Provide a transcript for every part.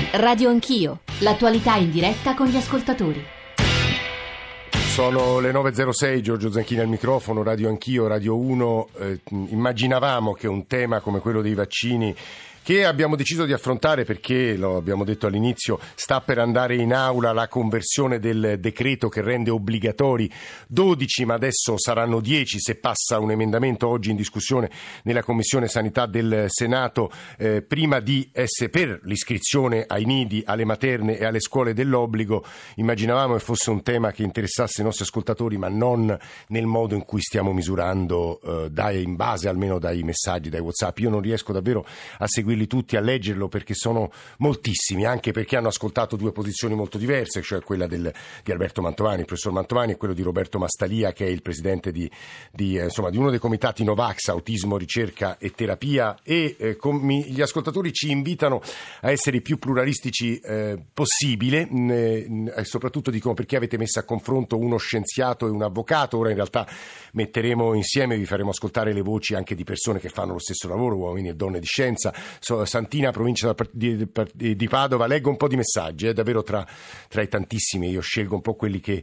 Radio Anch'io, l'attualità in diretta con gli ascoltatori. Sono le 9.06, Giorgio Zanchini al microfono, Radio Anch'io, Radio 1. Immaginavamo che un tema come quello dei vaccini, che abbiamo deciso di affrontare perché, lo abbiamo detto all'inizio, sta per andare in aula la conversione del decreto che rende obbligatori 12, ma adesso saranno 10 se passa un emendamento oggi in discussione nella Commissione Sanità del Senato, prima di essere per l'iscrizione ai nidi, alle materne e alle scuole dell'obbligo. Immaginavamo che fosse un tema che interessasse i nostri ascoltatori, ma non nel modo in cui stiamo misurando, in base almeno dai messaggi, dai WhatsApp. Io non riesco davvero a seguirli tutti, a leggerlo, perché sono moltissimi, anche perché hanno ascoltato due posizioni molto diverse, cioè quella di Alberto Mantovani, il professor Mantovani, e quello di Roberto Mastallia, che è il presidente di uno dei comitati Novax, autismo, ricerca e terapia, e gli ascoltatori ci invitano a essere i più pluralistici possibile, e soprattutto dicono: perché avete messo a confronto uno scienziato e un avvocato? Ora in realtà metteremo insieme, vi faremo ascoltare le voci anche di persone che fanno lo stesso lavoro, uomini e donne di scienza. Santina, provincia di Padova. Leggo un po' di messaggi, davvero tra i tantissimi. Io scelgo un po' quelli che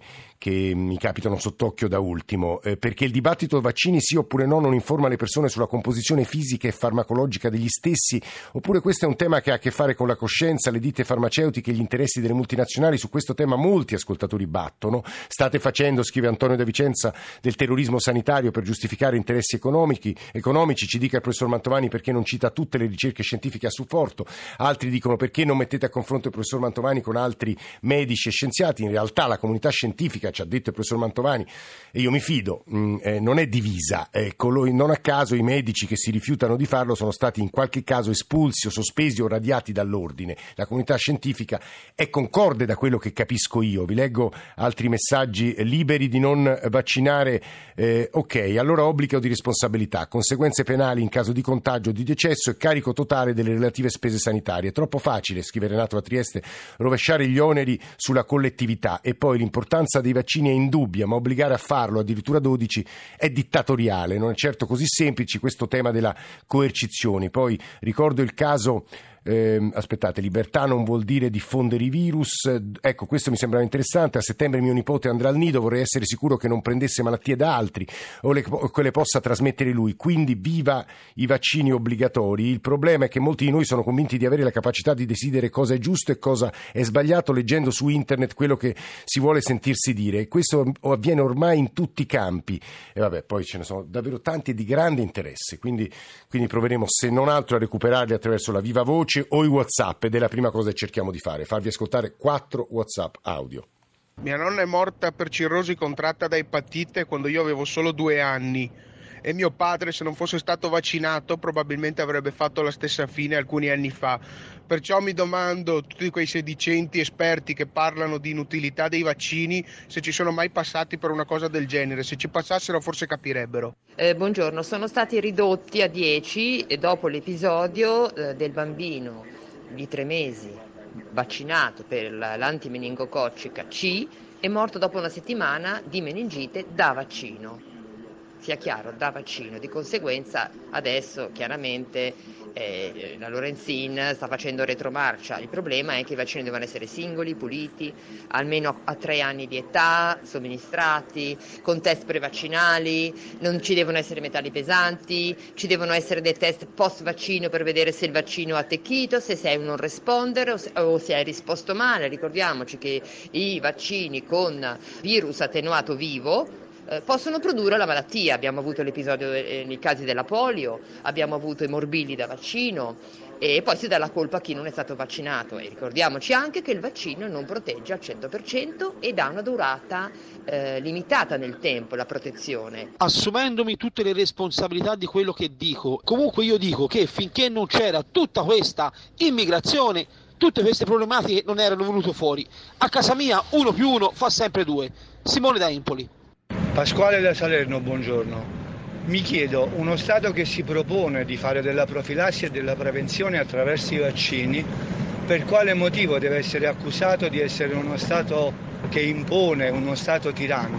mi capitano sott'occhio da ultimo, perché il dibattito vaccini sì oppure no non informa le persone sulla composizione fisica e farmacologica degli stessi, oppure questo è un tema che ha a che fare con la coscienza, le ditte farmaceutiche, gli interessi delle multinazionali. Su questo tema molti ascoltatori battono. State facendo, scrive Antonio da Vicenza, del terrorismo sanitario per giustificare interessi economici. Ci dica il professor Mantovani perché non cita tutte le ricerche scientifiche a supporto. Altri dicono: perché non mettete a confronto il professor Mantovani con altri medici e scienziati? In realtà la comunità scientifica, ci ha detto il professor Mantovani, e io mi fido, non è divisa. Non a caso i medici che si rifiutano di farlo sono stati in qualche caso espulsi o sospesi o radiati dall'ordine. La comunità scientifica è concorde, da quello che capisco io. Vi leggo altri messaggi. Liberi di non vaccinare, ok, allora obbligo di responsabilità, conseguenze penali in caso di contagio o di decesso e carico totale delle relative spese sanitarie. È troppo facile, scrive Renato da Trieste, rovesciare gli oneri sulla collettività. E poi l'importanza dei vaccini è indubbia, ma obbligare a farlo addirittura 12 è dittatoriale. Non è certo così semplice questo tema della coercizione. Poi ricordo il caso... libertà non vuol dire diffondere i virus. Ecco, questo mi sembrava interessante. A settembre mio nipote andrà al nido, vorrei essere sicuro che non prendesse malattie da altri o che le possa trasmettere lui, quindi viva i vaccini obbligatori. Il problema è che molti di noi sono convinti di avere la capacità di decidere cosa è giusto e cosa è sbagliato leggendo su internet quello che si vuole sentirsi dire, e questo avviene ormai in tutti i campi. E vabbè, poi ce ne sono davvero tanti e di grande interesse, quindi proveremo se non altro a recuperarli attraverso la viva voce o i WhatsApp, ed è la prima cosa che cerchiamo di fare, farvi ascoltare 4 WhatsApp audio. Mia nonna è morta per cirrosi contratta da epatite quando io avevo solo 2 anni, e mio padre, se non fosse stato vaccinato, probabilmente avrebbe fatto la stessa fine alcuni anni fa. Perciò mi domando, tutti quei sedicenti esperti che parlano di inutilità dei vaccini, se ci sono mai passati per una cosa del genere. Se ci passassero forse capirebbero. Buongiorno, sono stati ridotti a 10 dopo l'episodio del bambino di 3 mesi vaccinato per l'antimeningococcica C, è morto dopo una settimana di meningite da vaccino. Sia chiaro, da vaccino. Di conseguenza adesso chiaramente la Lorenzin sta facendo retromarcia. Il problema è che i vaccini devono essere singoli, puliti, almeno a 3 anni di età, somministrati, con test prevaccinali, non ci devono essere metalli pesanti, ci devono essere dei test post vaccino per vedere se il vaccino ha attecchito, se sei un non rispondere o se hai risposto male. Ricordiamoci che i vaccini con virus attenuato vivo possono produrre la malattia. Abbiamo avuto l'episodio nei casi della polio, abbiamo avuto i morbilli da vaccino, e poi si dà la colpa a chi non è stato vaccinato. E ricordiamoci anche che il vaccino non protegge al 100% ed ha una durata limitata nel tempo, la protezione. Assumendomi tutte le responsabilità di quello che dico, comunque io dico che finché non c'era tutta questa immigrazione, tutte queste problematiche non erano venute fuori. A casa mia 1 più 1 fa sempre 2. Simone da Empoli. Pasquale da Salerno, buongiorno. Mi chiedo, uno Stato che si propone di fare della profilassi e della prevenzione attraverso i vaccini, per quale motivo deve essere accusato di essere uno Stato che impone, uno Stato tiranno?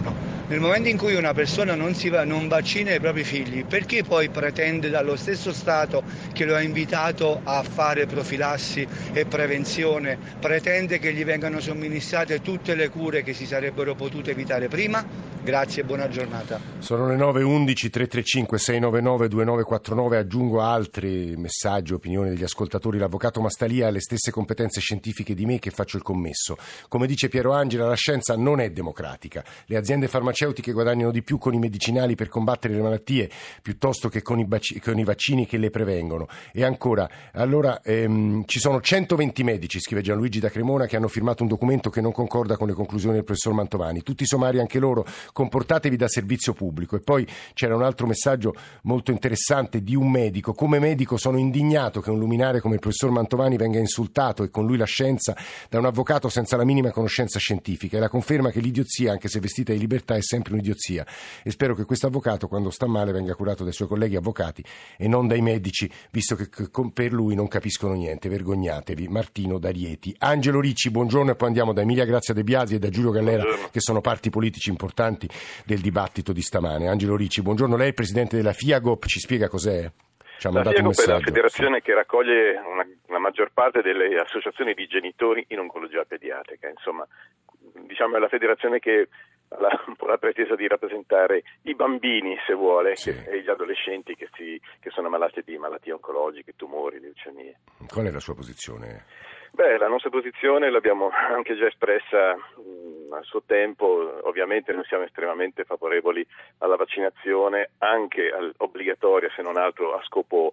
Nel momento in cui una persona non vaccina i propri figli, perché poi pretende dallo stesso Stato che lo ha invitato a fare profilassi e prevenzione, pretende che gli vengano somministrate tutte le cure che si sarebbero potute evitare prima? Grazie e buona giornata. Sono le 9:11, 335 699 2949, aggiungo altri messaggi, opinioni degli ascoltatori. L'avvocato Mastalia ha le stesse competenze scientifiche di me che faccio il commesso. Come dice Piero Angela, la scienza non è democratica. Le aziende farmaceutiche guadagnano di più con i medicinali per combattere le malattie piuttosto che con i vaccini che le prevengono. E ancora, allora ci sono 120 medici, scrive Gianluigi da Cremona, che hanno firmato un documento che non concorda con le conclusioni del professor Mantovani. Tutti somari anche loro, comportatevi da servizio pubblico. E poi c'era un altro messaggio molto interessante di un medico: come medico sono indignato che un luminare come il professor Mantovani venga insultato, e con lui la scienza, da un avvocato senza la minima conoscenza scientifica. È la conferma che l'idiozia, anche se vestita di libertà, è sempre un'idiozia, e spero che questo avvocato, quando sta male, venga curato dai suoi colleghi avvocati e non dai medici, visto che per lui non capiscono niente. Vergognatevi. Martino da Rieti. Angelo Ricci, buongiorno. E poi andiamo da Emilia Grazia De Biasi e da Giulio Gallera, che sono parti politici importanti del dibattito di stamane. Angelo Ricci, buongiorno. Lei è il presidente della FIAGOP, ci spiega cos'è? Ci ha mandato un messaggio. La FIAGOP è la federazione che raccoglie una maggior parte delle associazioni di genitori in oncologia pediatrica. Insomma, diciamo è la federazione che ha un po' la pretesa di rappresentare i bambini, se vuole, sì, e gli adolescenti che sono malati di malattie oncologiche, tumori, leucemie. Qual è la sua posizione? La nostra posizione l'abbiamo anche già espressa a suo tempo. Ovviamente noi siamo estremamente favorevoli alla vaccinazione, anche obbligatoria, se non altro a scopo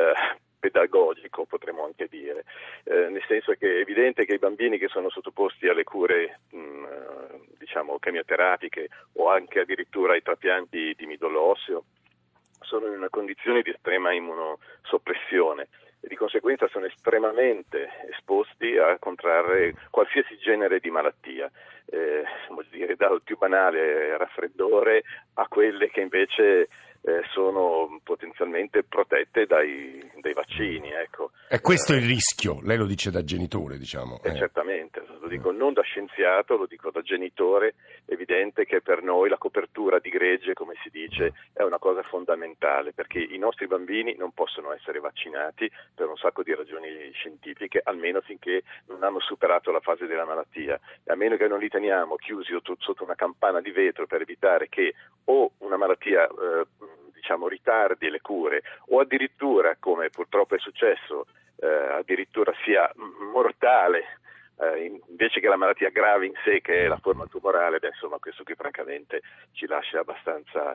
pedagogico, potremmo anche dire, nel senso che è evidente che i bambini che sono sottoposti alle cure diciamo chemioterapiche o anche addirittura ai trapianti di midollo osseo sono in una condizione di estrema immunosoppressione e di conseguenza sono estremamente esposti a contrarre qualsiasi genere di malattia, vuol dire dal più banale raffreddore a quelle che invece sono potenzialmente protette dai vaccini, ecco. E questo è il rischio, lei lo dice da genitore, diciamo. Certamente, lo dico non da scienziato, lo dico da genitore. È evidente che per noi la copertura di gregge, come si dice, è una cosa fondamentale, perché i nostri bambini non possono essere vaccinati per un sacco di ragioni scientifiche, almeno finché non hanno superato la fase della malattia, e a meno che non li teniamo chiusi sotto una campana di vetro per evitare che o una malattia diciamo ritardi le cure o addirittura, come purtroppo è successo, addirittura sia mortale invece che la malattia grave in sé, che è la forma tumorale. Insomma, questo qui francamente ci lascia abbastanza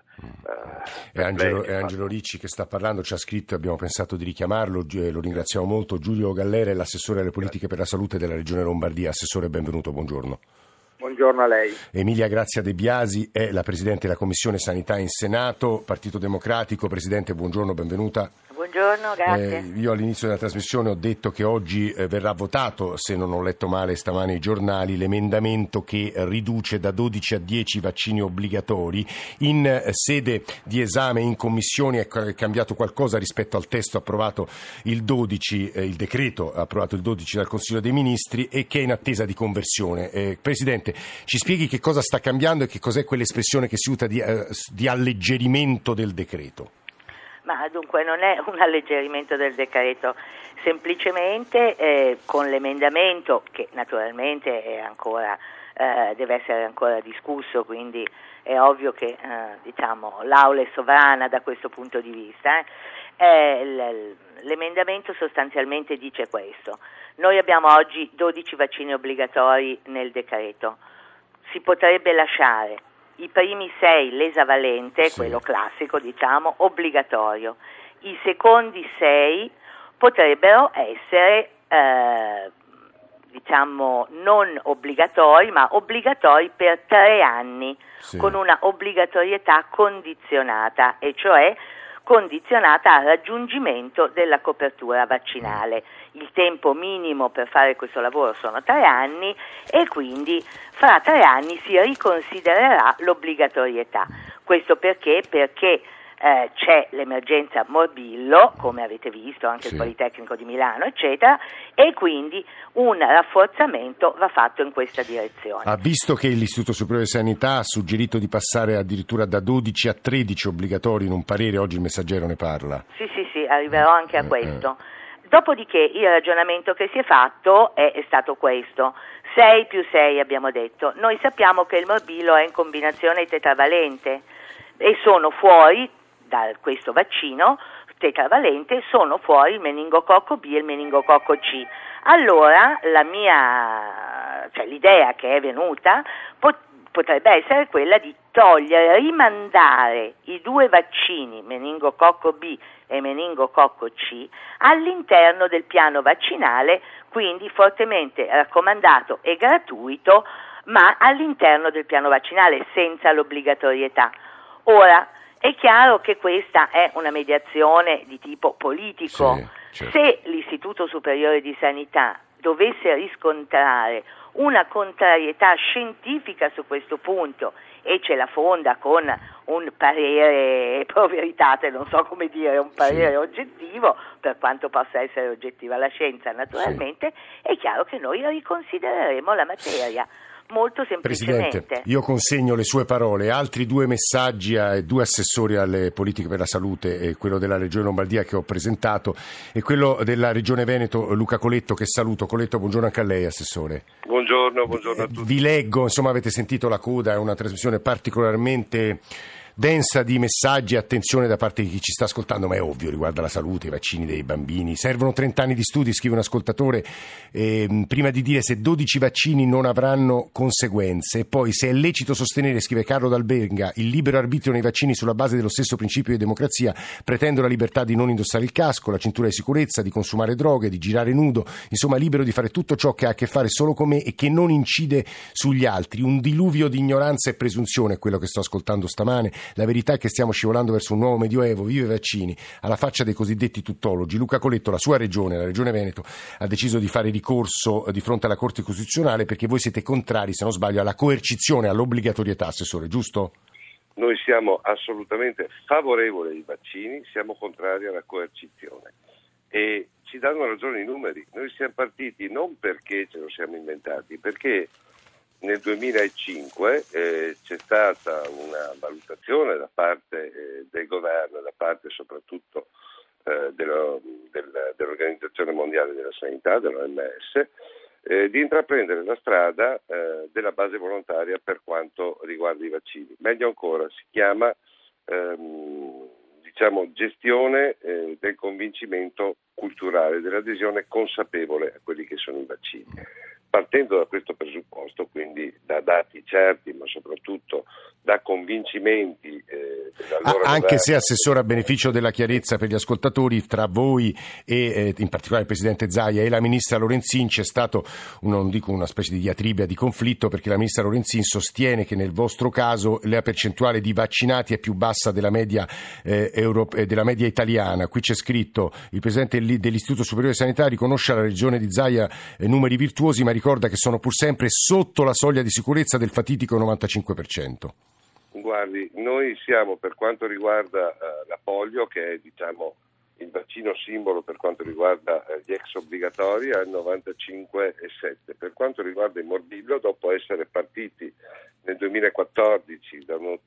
è Angelo Ricci che sta parlando, ci ha scritto e abbiamo pensato di richiamarlo, lo ringraziamo molto. Giulio Gallera è l'assessore alle politiche per la salute della Regione Lombardia. Assessore, benvenuto, buongiorno. Buongiorno a lei. Emilia Grazia De Biasi è la Presidente della Commissione Sanità in Senato, Partito Democratico. Presidente, buongiorno, benvenuta. Buongiorno, grazie. Io all'inizio della trasmissione ho detto che oggi verrà votato, se non ho letto male stamane i giornali, l'emendamento che riduce da 12 a 10 vaccini obbligatori. In sede di esame in commissione è cambiato qualcosa rispetto al testo approvato il 12, il decreto approvato il 12 dal Consiglio dei Ministri e che è in attesa di conversione. Presidente, ci spieghi che cosa sta cambiando e che cos'è quell'espressione che si usa di alleggerimento del decreto? Ma dunque non è un alleggerimento del decreto, semplicemente con l'emendamento, che naturalmente è ancora deve essere ancora discusso, quindi è ovvio che diciamo l'Aula è sovrana da questo punto di vista. L'emendamento sostanzialmente dice questo: noi abbiamo oggi 12 vaccini obbligatori nel decreto, si potrebbe lasciare i primi 6 l'esavalente, sì, quello classico diciamo, obbligatorio. I secondi 6 potrebbero essere diciamo non obbligatori, ma obbligatori per 3 anni, sì, con una obbligatorietà condizionata, e cioè condizionata al raggiungimento della copertura vaccinale. Il tempo minimo per fare questo lavoro sono 3 anni e quindi fra 3 anni si riconsidererà l'obbligatorietà. Questo perché c'è l'emergenza morbillo, come avete visto anche il Politecnico di Milano, eccetera, e quindi un rafforzamento va fatto in questa direzione. Ha visto che l'Istituto Superiore di Sanità ha suggerito di passare addirittura da 12 a 13 obbligatori in un parere, oggi il Messaggero ne parla. Sì, arriverò anche a questo. Dopodiché il ragionamento che si è fatto è stato questo: 6 più 6 abbiamo detto. Noi sappiamo che il morbillo è in combinazione tetravalente e sono fuori da questo vaccino tetravalente, sono fuori il meningococco B e il meningococco C. Allora l'idea che è venuta potrebbe essere quella di rimandare i 2 vaccini meningococco B e meningococco C all'interno del piano vaccinale, quindi fortemente raccomandato e gratuito, ma all'interno del piano vaccinale senza l'obbligatorietà. Ora, è chiaro che questa è una mediazione di tipo politico. Certo. Se l'Istituto Superiore di Sanità dovesse riscontrare una contrarietà scientifica su questo punto e ce la fonda con un parere pro veritate, non so come dire, un parere oggettivo, per quanto possa essere oggettiva la scienza naturalmente, è chiaro che noi riconsidereremo la materia. Molto semplicemente. Presidente, io consegno le sue parole, altri 2 messaggi ai 2 assessori alle politiche per la salute, quello della Regione Lombardia che ho presentato e quello della Regione Veneto, Luca Coletto, che saluto. Coletto, buongiorno anche a lei, Assessore. Buongiorno a tutti. Vi leggo, insomma avete sentito la coda, è una trasmissione particolarmente densa di messaggi, attenzione da parte di chi ci sta ascoltando, ma è ovvio, riguarda la salute, i vaccini dei bambini. Servono 30 anni di studi, scrive un ascoltatore, prima di dire se 12 vaccini non avranno conseguenze. E poi, se è lecito sostenere, scrive Carlo D'Alberga, il libero arbitrio nei vaccini sulla base dello stesso principio di democrazia, pretendo la libertà di non indossare il casco, la cintura di sicurezza, di consumare droghe, di girare nudo, insomma libero di fare tutto ciò che ha a che fare solo con me e che non incide sugli altri. Un diluvio di ignoranza e presunzione è quello che sto ascoltando stamane. La verità è che stiamo scivolando verso un nuovo medioevo, vive i vaccini, alla faccia dei cosiddetti tuttologi. Luca Coletto, la sua regione, la Regione Veneto, ha deciso di fare ricorso di fronte alla Corte Costituzionale perché voi siete contrari, se non sbaglio, alla coercizione, all'obbligatorietà, Assessore, giusto? Noi siamo assolutamente favorevoli ai vaccini, siamo contrari alla coercizione e ci danno ragione i numeri. Noi siamo partiti non perché ce lo siamo inventati, perché nel 2005 c'è stata una valutazione da parte del governo, da parte soprattutto dell'Organizzazione Mondiale della Sanità, dell'OMS, di intraprendere la strada della base volontaria per quanto riguarda i vaccini. Meglio ancora, si chiama gestione del convincimento culturale, dell'adesione consapevole a quelli che sono i vaccini. Partendo da questo presupposto, quindi da dati certi, ma soprattutto da convincimenti anche se, Assessore, a beneficio della chiarezza per gli ascoltatori, tra voi e in particolare il Presidente Zaia e la Ministra Lorenzin c'è stato, non dico una specie di diatriba, di conflitto, perché la Ministra Lorenzin sostiene che nel vostro caso la percentuale di vaccinati è più bassa della media della media italiana. Qui c'è scritto: il Presidente dell'Istituto Superiore di Sanità riconosce alla Regione di Zaia numeri virtuosi, ma ricorda che sono pur sempre sotto la soglia di sicurezza del fatitico 95%. Guardi, noi siamo, per quanto riguarda la polio, che è il vaccino simbolo per quanto riguarda gli ex obbligatori, al 95,7%. Per quanto riguarda il morbillo, dopo essere partiti nel 2014 da un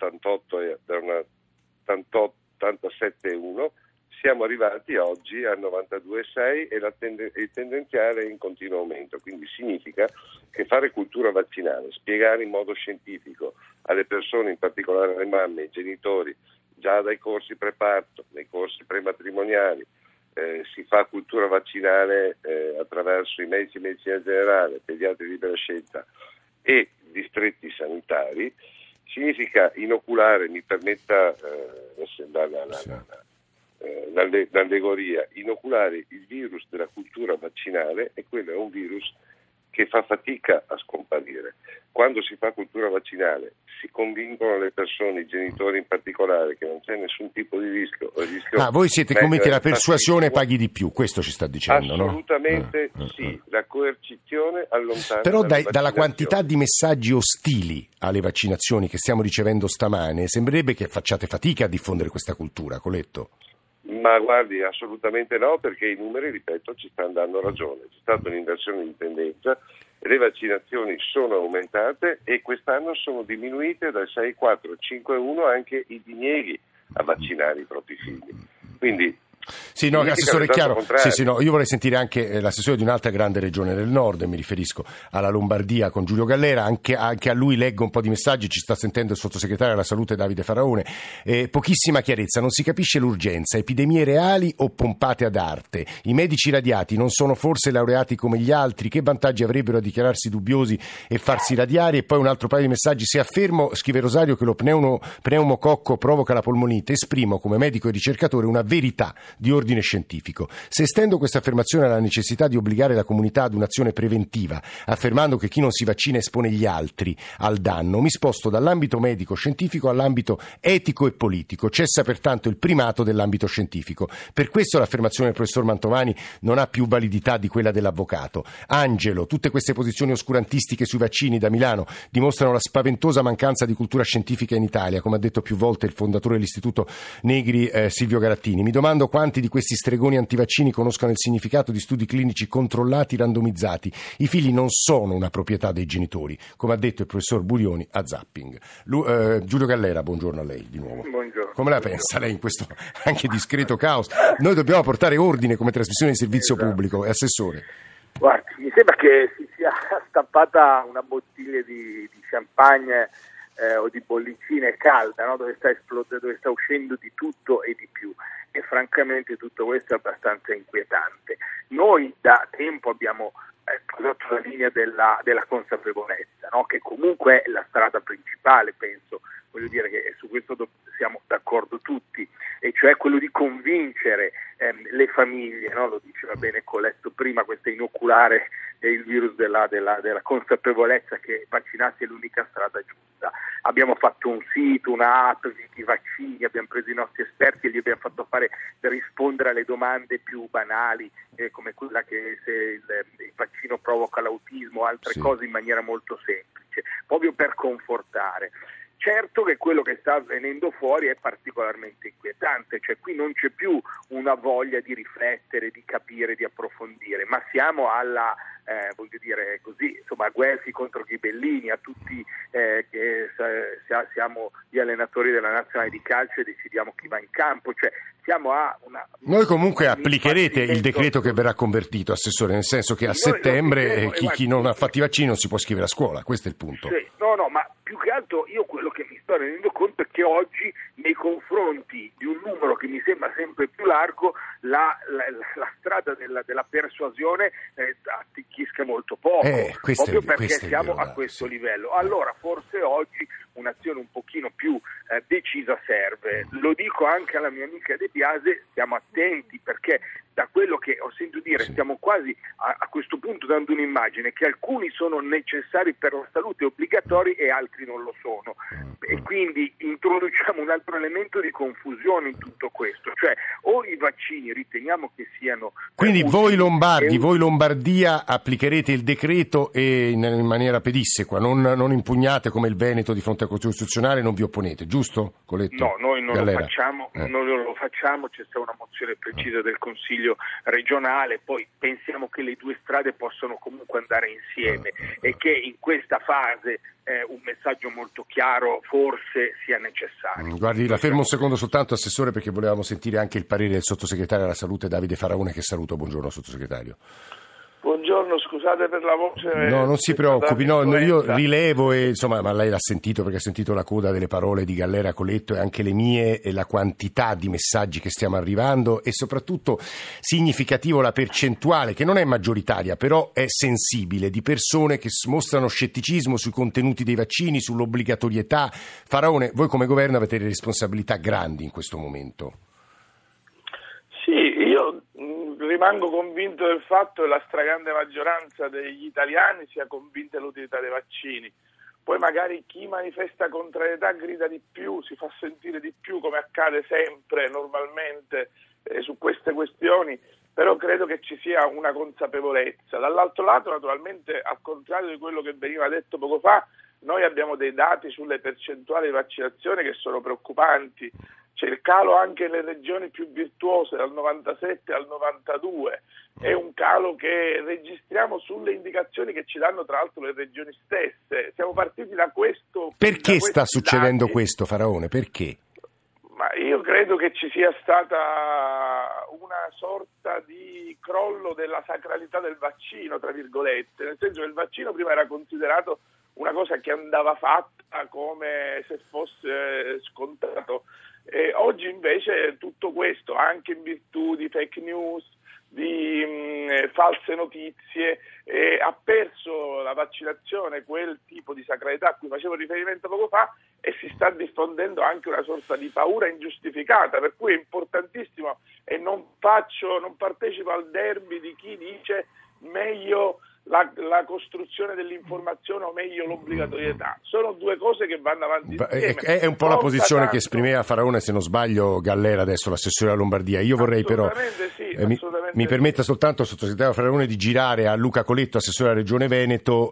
87,1%, siamo arrivati oggi al 92,6% e il tendenziale è in continuo aumento. Quindi significa che fare cultura vaccinale, spiegare in modo scientifico alle persone, in particolare alle mamme, ai genitori, già dai corsi preparto, nei corsi prematrimoniali, si fa cultura vaccinale attraverso i medici di medicina generale, pediatri di libera scelta e distretti sanitari, significa inoculare, mi permetta l'allegoria, inoculare il virus della cultura vaccinale, e quello è un virus che fa fatica a scomparire. Quando si fa cultura vaccinale si convincono le persone, i genitori in particolare, che non c'è nessun tipo di rischio. Voi siete convinti che la persuasione paghi di più, questo ci sta dicendo, assolutamente, no? Sì, la coercizione allontana. Però dalla quantità di messaggi ostili alle vaccinazioni che stiamo ricevendo stamane, sembrerebbe che facciate fatica a diffondere questa cultura, Coletto. Ma guardi, assolutamente no, perché i numeri, ripeto, ci stanno dando ragione. C'è stata un'inversione di tendenza, le vaccinazioni sono aumentate e quest'anno sono diminuite dal 6, 4, 5, 1 anche i dinieghi a vaccinare i propri figli. Quindi sì, no, assessore, è chiaro. Sì, no, io vorrei sentire anche l'assessore di un'altra grande regione del nord, mi riferisco alla Lombardia con Giulio Gallera, anche a lui leggo un po' di messaggi, ci sta sentendo il sottosegretario alla salute Davide Faraone. Pochissima chiarezza, non si capisce l'urgenza, epidemie reali o pompate ad arte? I medici radiati non sono forse laureati come gli altri? Che vantaggi avrebbero a dichiararsi dubbiosi e farsi radiare? E poi un altro paio di messaggi: se affermo, scrive Rosario, che lo pneumococco provoca la polmonite, esprimo come medico e ricercatore una verità di ordine scientifico. Se estendo questa affermazione alla necessità di obbligare la comunità ad un'azione preventiva, affermando che chi non si vaccina espone gli altri al danno, mi sposto dall'ambito medico-scientifico all'ambito etico e politico. Cessa pertanto il primato dell'ambito scientifico. Per questo l'affermazione del professor Mantovani non ha più validità di quella dell'avvocato. Angelo, tutte queste posizioni oscurantistiche sui vaccini da Milano dimostrano la spaventosa mancanza di cultura scientifica in Italia, come ha detto più volte il fondatore dell'Istituto Negri, Silvio Garattini. Mi domando quanti di questi stregoni antivaccini conoscano il significato di studi clinici controllati, randomizzati. I figli non sono una proprietà dei genitori, come ha detto il professor Burioni a Zapping. Giulio Gallera, buongiorno a lei di nuovo. Buongiorno. Come la pensa lei in questo anche discreto caos? Noi dobbiamo portare ordine come trasmissione di servizio pubblico. Assessore. Guardi, mi sembra che si sia stappata una bottiglia di champagne o di bollicine calda, no? Dove sta esplodendo, dove sta uscendo di tutto e di più. E francamente tutto questo è abbastanza inquietante. Noi da tempo abbiamo trovato la linea della consapevolezza, no? Che comunque è la strada principale, penso, voglio dire che su questo siamo d'accordo tutti, e cioè quello di convincere le famiglie, no? Lo diceva bene Coletto prima, questa inoculare il virus della consapevolezza che vaccinarsi è l'unica strada giusta. Abbiamo fatto un sito, un'app, Viti Vaccini, abbiamo preso i nostri esperti e gli abbiamo fatto rispondere alle domande più banali, come quella che se il vaccino provoca l'autismo, altre cose in maniera molto semplice, proprio per confortare. Certo che quello che sta venendo fuori è particolarmente inquietante, cioè qui non c'è più una voglia di riflettere, di capire, di approfondire, ma siamo alla, voglio dire così, insomma, a Guelfi contro Ghibellini, a tutti che siamo gli allenatori della nazionale di calcio e decidiamo chi va in campo, cioè siamo a una... Noi comunque applicherete il decreto che verrà convertito, Assessore, nel senso che a settembre chi non ha fatto i vaccini non si può iscrivere a scuola, questo è il punto. Sì, no, ma più che altro io quello che mi sto rendendo conto è che oggi nei confronti di un numero che mi sembra sempre più largo la strada della persuasione attecchisca molto poco, proprio perché siamo a questo livello. Allora forse oggi un'azione un pochino più decisa serve. Lo dico anche alla mia amica De Biase, stiamo attenti, perché da quello che ho sentito dire stiamo quasi a questo punto dando un'immagine che alcuni sono necessari per la salute, obbligatori, e altri non lo sono, e quindi introduciamo un altro elemento di confusione in tutto questo, cioè o i vaccini riteniamo che siano... Quindi voi Lombardia applicherete il decreto e in maniera pedissequa, non impugnate come il Veneto di fronte al Costituzionale, non vi opponete, giusto, Coletto? No, noi non Gallera. lo facciamo, c'è stata una mozione precisa del Consiglio regionale, poi pensiamo che le due strade possono comunque andare insieme e che in questa fase un messaggio molto chiaro forse sia necessario. Guardi, la fermo un secondo soltanto, Assessore, perché volevamo sentire anche il parere del sottosegretario alla salute Davide Faraone, che saluto. Buongiorno sottosegretario. Buongiorno, scusate per la voce. No, non si preoccupi, io rilevo, ma lei l'ha sentito perché ha sentito la coda delle parole di Gallera, Coletto e anche le mie, e la quantità di messaggi che stiamo arrivando, e soprattutto significativo la percentuale, che non è maggioritaria, però è sensibile, di persone che mostrano scetticismo sui contenuti dei vaccini, sull'obbligatorietà. Faraone, voi come governo avete responsabilità grandi in questo momento. Sì, io rimango convinto del fatto che la stragrande maggioranza degli italiani sia convinta dell'utilità dei vaccini. Poi magari chi manifesta contrarietà grida di più, si fa sentire di più, come accade sempre normalmente su queste questioni, però credo che ci sia una consapevolezza. Dall'altro lato, naturalmente, al contrario di quello che veniva detto poco fa, noi abbiamo dei dati sulle percentuali di vaccinazione che sono preoccupanti. C'è il calo anche nelle regioni più virtuose, dal 97 al 92. È un calo che registriamo sulle indicazioni che ci danno tra l'altro le regioni stesse. Siamo partiti da questo. Perché sta succedendo questo, Faraone? Perché? Ma io credo che ci sia stata una sorta di crollo della sacralità del vaccino, tra virgolette, nel senso che il vaccino prima era considerato una cosa che andava fatta come se fosse scontato. E oggi invece tutto questo, anche in virtù di fake news, di false notizie, ha perso la vaccinazione quel tipo di sacralità a cui facevo riferimento poco fa, e si sta diffondendo anche una sorta di paura ingiustificata, per cui è importantissimo, e non partecipo al derby di chi dice meglio la costruzione dell'informazione o meglio l'obbligatorietà. Sono due cose che vanno avanti insieme. È un po' la posizione che esprimeva Faraone, se non sbaglio, Gallera, adesso l'assessore della Lombardia. Io vorrei però mi permetta soltanto, sottosegretario Faraone, di girare a Luca Coletto, assessore della Regione Veneto,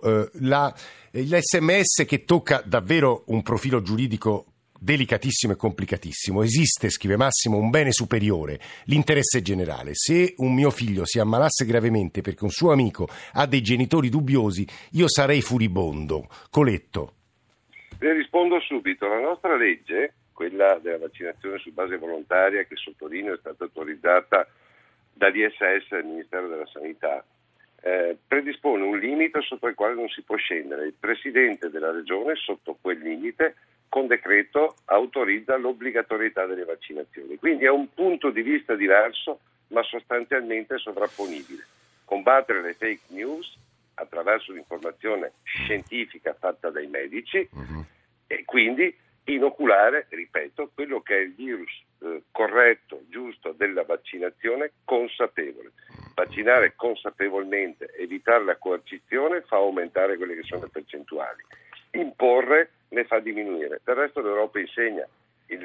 l'SMS che tocca davvero un profilo giuridico delicatissimo e complicatissimo. Esiste, scrive Massimo, un bene superiore, l'interesse generale. Se un mio figlio si ammalasse gravemente perché un suo amico ha dei genitori dubbiosi, io sarei furibondo. Coletto. Le rispondo subito. La nostra legge, quella della vaccinazione su base volontaria, che sottolineo è stata autorizzata dall'ISS, il Ministero della Sanità, predispone un limite sotto il quale non si può scendere. Il Presidente della Regione, sotto quel limite, con decreto autorizza l'obbligatorietà delle vaccinazioni. Quindi è un punto di vista diverso, ma sostanzialmente sovrapponibile. Combattere le fake news attraverso l'informazione scientifica fatta dai medici e quindi inoculare, ripeto, quello che è il virus corretto, giusto della vaccinazione consapevole. Vaccinare consapevolmente, evitare la coercizione fa aumentare quelle che sono le percentuali. Imporre ne fa diminuire. Del resto l'Europa insegna, il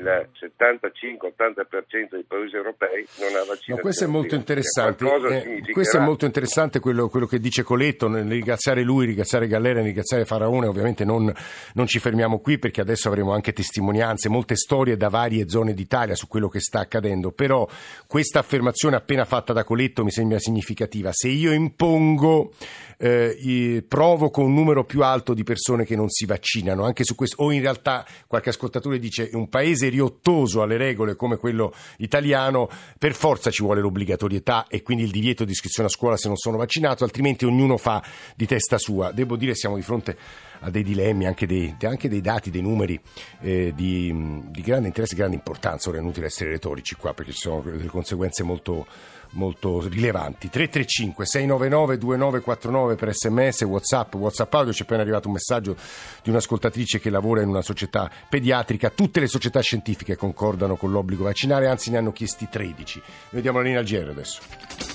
75-80% dei paesi europei non ha vaccinazione. No, questo è molto interessante. Questo è molto interessante quello che dice Coletto. Nel ringraziare lui, ringraziare Gallera, ringraziare Faraone, ovviamente non ci fermiamo qui, perché adesso avremo anche testimonianze, molte storie da varie zone d'Italia su quello che sta accadendo. Però questa affermazione appena fatta da Coletto mi sembra significativa. Se io impongo, provoco un numero più alto di persone che non si vaccinano, anche su questo, o in realtà qualche ascoltatore dice un paese riottoso alle regole come quello italiano, per forza ci vuole l'obbligatorietà e quindi il divieto di iscrizione a scuola se non sono vaccinato, altrimenti ognuno fa di testa sua. Devo dire, siamo di fronte a dei dilemmi, anche dei dati, dei numeri di grande interesse, grande importanza. Ora è inutile essere retorici qua, perché ci sono delle conseguenze molto rilevanti. 335-699-2949 per SMS, WhatsApp audio. C'è appena arrivato un messaggio di un'ascoltatrice che lavora in una società pediatrica. Tutte le società scientifiche concordano con l'obbligo vaccinale, anzi ne hanno chiesti 13. Noi diamo la linea al GR adesso.